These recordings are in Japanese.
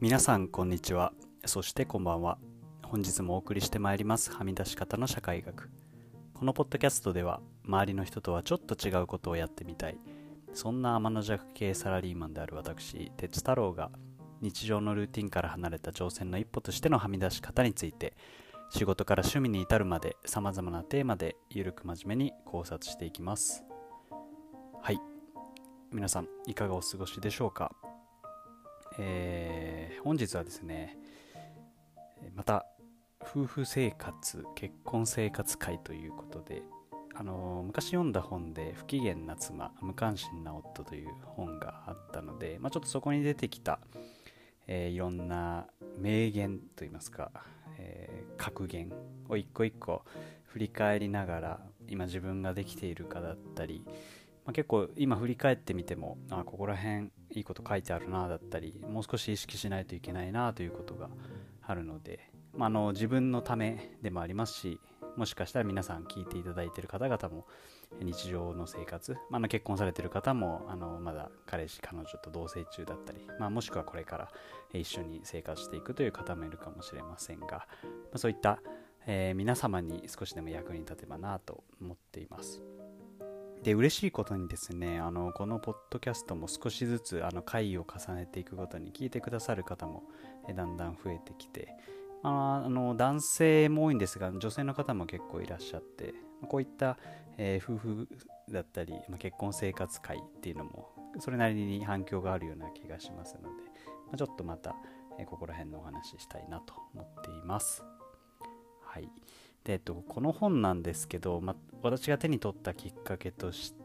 皆さんこんにちは。そしてこんばんは。本日もお送りしてまいりますはみ出し方の社会学。このポッドキャストでは周りの人とはちょっと違うことをやってみたい、そんな天の弱系サラリーマンである私鉄太郎が日常のルーティンから離れた挑戦の一歩としてのはみ出し方について、仕事から趣味に至るまで様々なテーマでゆるく真面目に考察していきます。はい、皆さんいかがお過ごしでしょうか。本日はですね、また夫婦生活結婚生活会ということで、昔読んだ本で不機嫌な妻無関心な夫という本があったので、ちょっとそこに出てきた、いろんな名言といいますか、格言を一個一個振り返りながら今自分ができているかだったり、結構今振り返ってみてもここら辺いいこと書いてあるなだったり、もう少し意識しないといけないなということがあるので、自分のためでもありますし、もしかしたら皆さん聞いていただいている方々も日常の生活、結婚されている方もまだ彼氏彼女と同棲中だったり、もしくはこれから一緒に生活していくという方もいるかもしれませんが、そういった、皆様に少しでも役に立てばなと思っています。で、嬉しいことにですね、このポッドキャストも少しずつ回を重ねていくごとに聞いてくださる方もだんだん増えてきて、男性も多いんですが女性の方も結構いらっしゃって、こういった、夫婦だったり、結婚生活会っていうのもそれなりに反響があるような気がしますので、ちょっとまた、ここら辺のお話ししたいなと思っています。はい。で、この本なんですけど、私が手に取ったきっかけとして、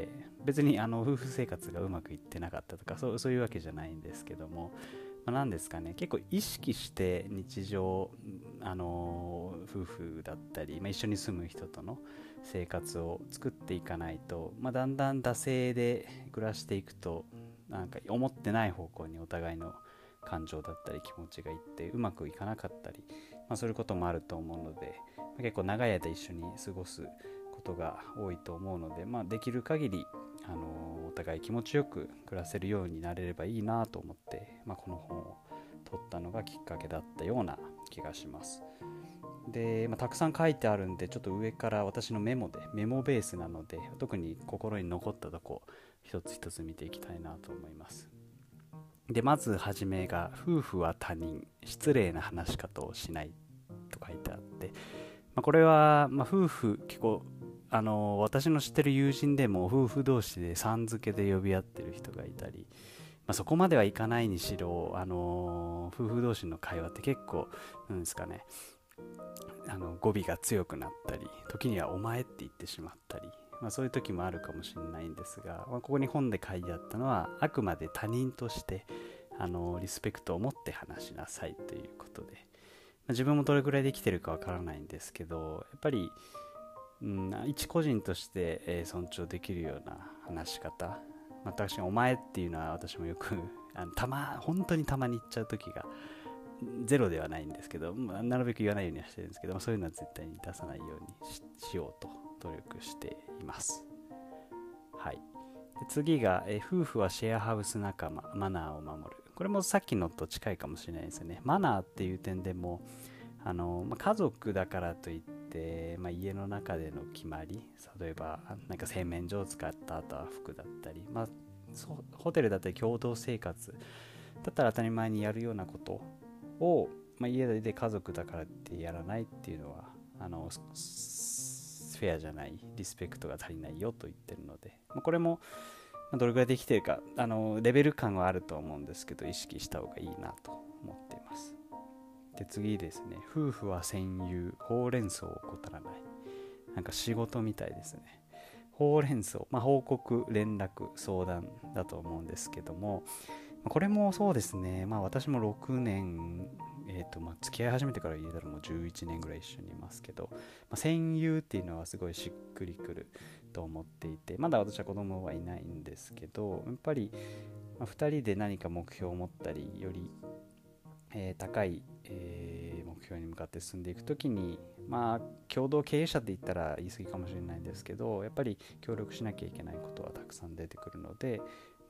別に夫婦生活がうまくいってなかったとかそういうわけじゃないんですけども、なんですかね、結構意識して日常、夫婦だったり、一緒に住む人との生活を作っていかないと、だんだん惰性で暮らしていくと、なんか思ってない方向にお互いの感情だったり気持ちがいってうまくいかなかったり、そういうこともあると思うので、結構長い間一緒に過ごすことが多いと思うので、できる限りお互い気持ちよく暮らせるようになれればいいなと思って、この本を取ったのがきっかけだったような気がします。で、たくさん書いてあるんで、ちょっと上から私のメモベースなので、特に心に残ったとこ一つ一つ見ていきたいなと思います。で、まずはじめが、夫婦は他人、失礼な話し方をしないと書いてあって、これは、夫婦結構私の知ってる友人でも夫婦同士でさん付けで呼び合ってる人がいたり、そこまではいかないにしろ、夫婦同士の会話って結構なんですかね、語尾が強くなったり、時にはお前って言ってしまったり、そういう時もあるかもしれないんですが、ここに本で書いてあったのはあくまで他人としてリスペクトを持って話しなさいということで、自分もどれくらいできてるかわからないんですけど、やっぱり、一個人として、尊重できるような話し方、確かにお前っていうのは私もよく本当にたまに言っちゃう時がゼロではないんですけど、なるべく言わないようにはしてるんですけど、そういうのは絶対に出さないように しようと努力しています。はい。で、次が、夫婦はシェアハウス仲間、マナーを守る。これもさっきのと近いかもしれないですね。マナーっていう点でも家族だからといって、家の中での決まり、例えばなんか洗面所を使った後は服だったり、ホテルだったり共同生活だったら当たり前にやるようなことを、家で家族だからってやらないっていうのはフェアじゃない、リスペクトが足りないよと言ってるので、これもどれくらいできてるかレベル感はあると思うんですけど、意識した方がいいなと思っています。で、次ですね、夫婦は戦友、ほうれん草を怠らない。なんか仕事みたいですね。ほうれん草、報告、連絡、相談だと思うんですけども、これもそうですね、私も6年、付き合い始めてから言えたらもう11年ぐらい一緒にいますけど、戦友っていうのはすごいしっくりくると思っていて、まだ私は子供はいないんですけど、やっぱり、2人で何か目標を持ったり、より高い、目標に向かって進んでいくときに、共同経営者って言ったら言い過ぎかもしれないんですけど、やっぱり協力しなきゃいけないことはたくさん出てくるので、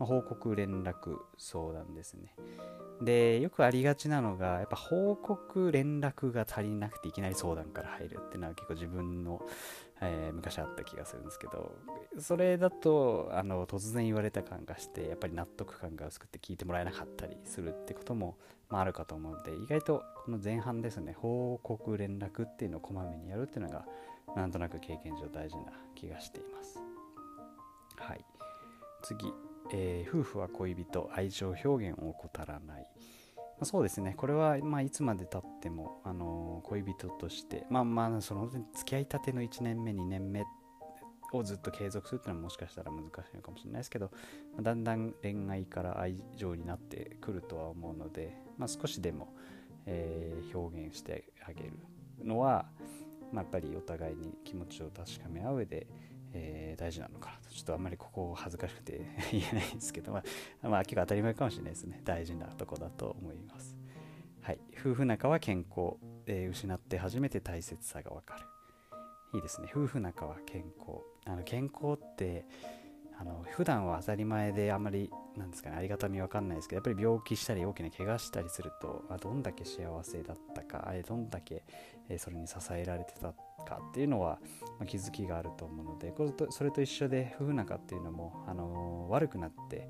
報告連絡相談ですね。で、よくありがちなのが、やっぱ報告連絡が足りなくていきなり相談から入るっていうのは結構自分の、昔あった気がするんですけど、それだと突然言われた感がしてやっぱり納得感が薄くて聞いてもらえなかったりするってことも、あるかと思うので、意外とこの前半ですね、報告連絡っていうのをこまめにやるっていうのがなんとなく経験上大事な気がしています。はい。次、夫婦は恋人、愛情表現を怠らない。そうですね、これは、いつまでたっても、恋人として、その付き合いたての1年目、2年目をずっと継続するっていうのはもしかしたら難しいのかもしれないですけど、だんだん恋愛から愛情になってくるとは思うので、少しでも、表現してあげるのは、やっぱりお互いに気持ちを確かめ合う上で、大事なのかなと。ちょっとあんまりここ恥ずかしくて言えないんですけど、結構当たり前かもしれないですね。大事なとこだと思います。はい。夫婦仲は健康、失って初めて大切さがわかる。いいですね。夫婦仲は健康。健康って普段は当たり前であんまりなんですかね、ありがたみわかんないですけど、やっぱり病気したり大きな怪我したりすると、どんだけ幸せだったか、どんだけそれに支えられてたかっていうのは、気づきがあると思うので、それと一緒で夫婦仲っていうのも、悪くなって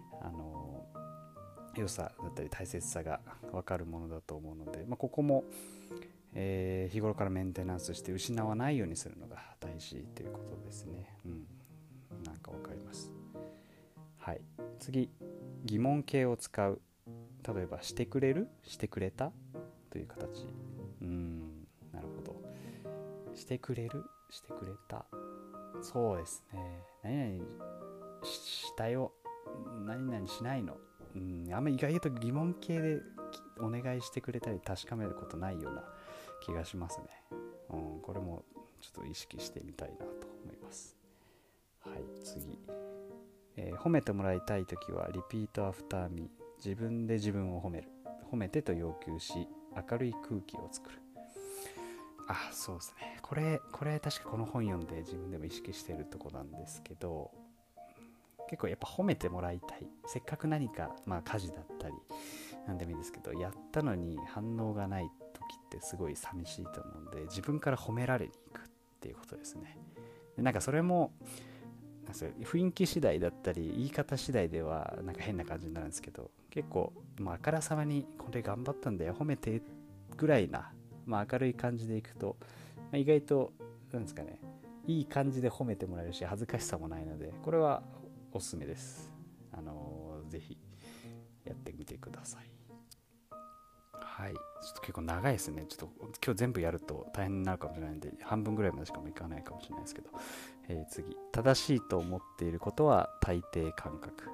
良さだったり大切さが分かるものだと思うので、ここも、日頃からメンテナンスして失わないようにするのが大事ということですね。なんか分かります。はい。次、疑問形を使う。例えばしてくれる、してくれたという形。なるほど。してくれる、してくれた。そうですね。何々したよ、何々しないの。あんまり意外と疑問形でお願いしてくれたり確かめることないような気がしますね。これもちょっと意識してみたいなと思います。はい、次。褒めてもらいたいときはリピートアフターミー。自分で自分を褒める。褒めてと要求し、明るい空気を作る。そうですね。これ確かこの本読んで自分でも意識してるとこなんですけど、結構やっぱ褒めてもらいたい。せっかく何か、家事だったり何でもいいですけど、やったのに反応がない時ってすごい寂しいと思うんで、自分から褒められに行くっていうことですね。でなんかそれも雰囲気次第だったり言い方次第ではなんか変な感じになるんですけど、結構、あからさまにこれ頑張ったんだよ褒めてぐらいな、明るい感じでいくと、意外となんですかね、いい感じで褒めてもらえるし恥ずかしさもないので、これはおすすめです。ぜひやってみてください。はい、ちょっと結構長いですね。ちょっと今日全部やると大変になるかもしれないんで、半分ぐらいまでしかもいかないかもしれないですけど、次、正しいと思っていることは大抵感覚。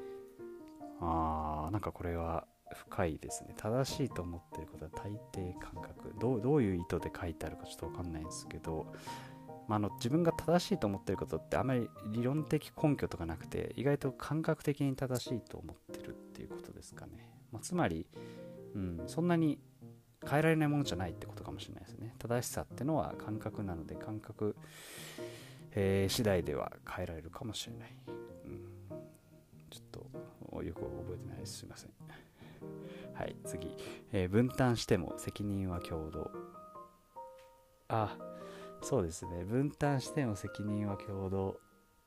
なんかこれは深いですね。正しいと思っていることは大抵感覚。どういう意図で書いてあるかちょっと分かんないんですけど、自分が正しいと思っていることってあまり理論的根拠とかなくて、意外と感覚的に正しいと思ってるっていうことですかね。つまり、そんなに変えられないものじゃないってことかもしれないですね。正しさってのは感覚なので、感覚、次第では変えられるかもしれない。ちょっとよく覚えてないです。すいません。はい、次、分担しても責任は共同。そうですね。分担しても責任は共同。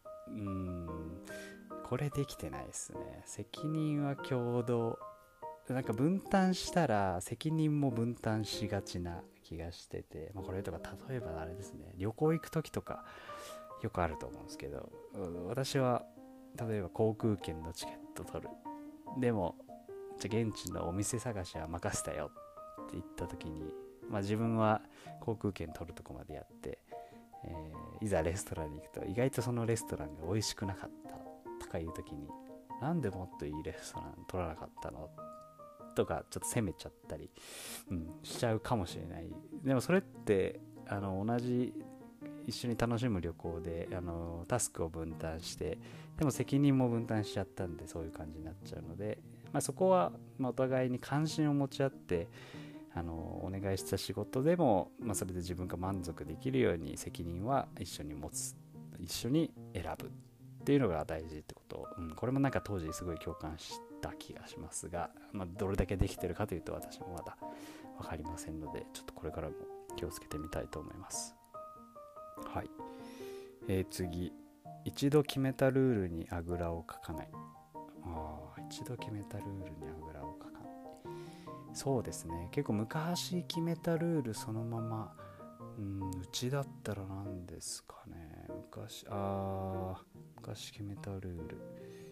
これできてないですね。責任は共同。なんか分担したら責任も分担しがちな気がしてて、これとか例えばあれですね、旅行行く時とかよくあると思うんですけど、私は例えば航空券のチケット取る。でもじゃあ現地のお店探しは任せたよって言った時に、自分は航空券取るとこまでやって、いざレストランに行くと意外とそのレストランが美味しくなかったとかいう時に、なんでもっといいレストラン取らなかったのとかちょっと責めちゃったり、しちゃうかもしれない。でもそれって同じ一緒に楽しむ旅行でタスクを分担して、でも責任も分担しちゃったんでそういう感じになっちゃうので、そこはお互いに関心を持ち合ってお願いした仕事でも、それで自分が満足できるように責任は一緒に持つ、一緒に選ぶっっていうのが大事ってこと、これもなんか当時すごい共感した気がしますが、どれだけできてるかというと私もまだ分かりませんので、ちょっとこれからも気をつけてみたいと思います。はい、次、一度決めたルールにあぐらをかかない。一度決めたルールにあぐらをかかない。そうですね、結構昔決めたルールそのまま、うちだったら何ですかね、昔決めたルール、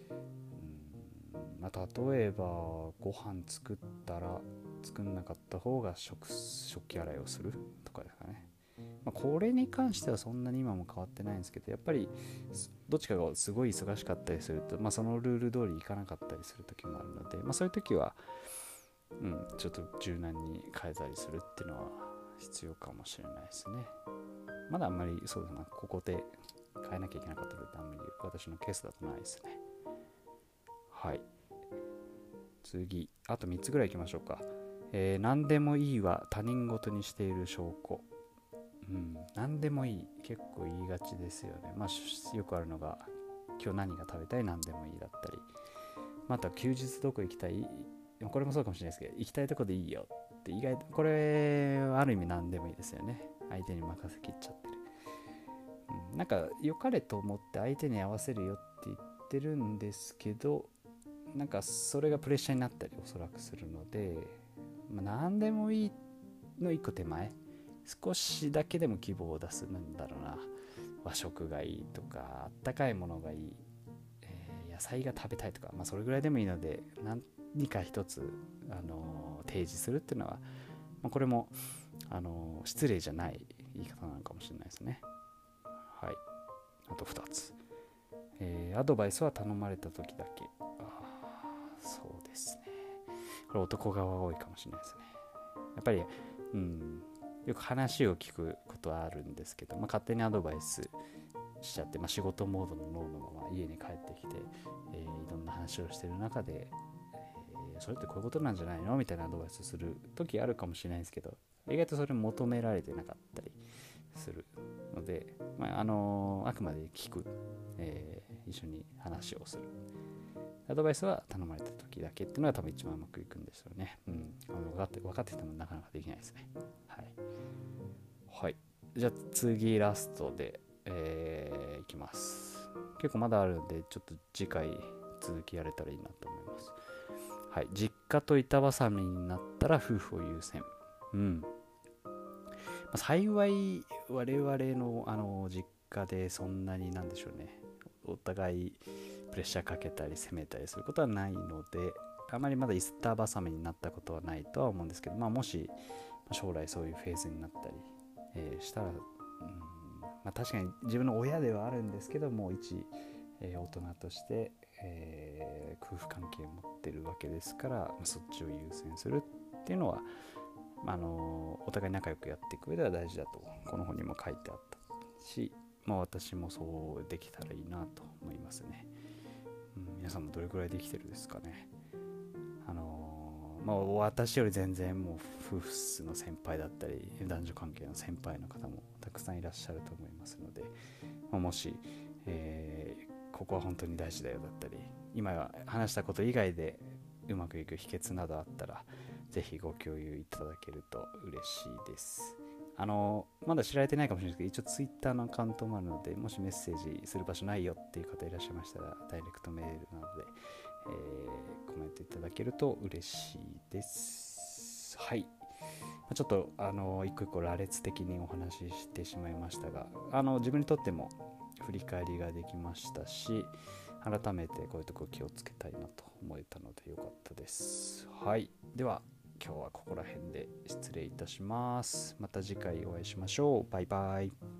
例えばご飯作ったら作んなかった方が食器洗いをするとかですかね。これに関してはそんなに今も変わってないんですけど、やっぱりどっちかがすごい忙しかったりすると、そのルール通りいかなかったりする時もあるので、そういう時は、ちょっと柔軟に変えたりするっていうのは必要かもしれないですね。まだあんまりそうだな、ここで変えなきゃいけなかったってあんまり私のケースだとないですね。はい、次、あと3つぐらいいきましょうか。何でもいいは他人事にしている証拠。何でもいい、結構言いがちですよね。よくあるのが、今日何が食べたい、何でもいいだったり、また休日どこ行きたい、これもそうかもしれないですけど、行きたいとこでいいよって、意外とこれある意味何でもいいですよね。相手に任せきっちゃってる。なんか良かれと思って相手に合わせるよって言ってるんですけど、なんかそれがプレッシャーになったりおそらくするので、何でもいいの一個手前、少しだけでも希望を出す、和食がいいとか、あったかいものがいい、野菜が食べたいとか、それぐらいでもいいので、何か一つ、提示するっていうのは、これも、失礼じゃない言い方なのかもしれないですね。はい、あと2つ、アドバイスは頼まれた時だけ。そうですね、これ男側多いかもしれないですね。やっぱり、よく話を聞くことはあるんですけど、勝手にアドバイスしちゃって、仕事モードの脳のまま家に帰ってきて、いろんな話をしてる中で、それってこういうことなんじゃないのみたいなアドバイスする時あるかもしれないですけど、意外とそれ求められてなかったりするので、あくまで聞く、一緒に話をする、アドバイスは頼まれた時だけっていうのが多分一番うまくいくんですよね。分かっててもなかなかできないですね。はい、じゃあ次ラストで、いきます。結構まだあるので、ちょっと次回続きやれたらいいなと思います。はい、実家と板挟みになったら夫婦を優先。幸い我々の実家でそんなになんでしょうね、お互いプレッシャーかけたり責めたりすることはないので、あまりまだ板挟みになったことはないとは思うんですけど、もし将来そういうフェーズになったり、したら、確かに自分の親ではあるんですけども、一、大人として、夫婦関係を持ってるわけですから、そっちを優先するっていうのは、お互い仲良くやっていく上では大事だとこの本にも書いてあったし、私もそうできたらいいなと思いますね。皆さんもどれくらいできてるですかね。私より全然もう夫婦の先輩だったり男女関係の先輩の方もたくさんいらっしゃると思いますので、もし、ここは本当に大事だよだったり、今話したこと以外でうまくいく秘訣などあったら、ぜひご共有いただけると嬉しいです。まだ知られてないかもしれないですけど、一応 Twitter のアカウントもあるので、もしメッセージする場所ないよっていう方いらっしゃいましたら、ダイレクトメールなので、コメントいただけると嬉しいです。はい、ちょっと一個一個羅列的にお話ししてしまいましたが、自分にとっても振り返りができましたし、改めてこういうところ気をつけたいなと思えたのでよかったです。はい、では今日はここら辺で失礼いたします。また次回お会いしましょう。バイバイ。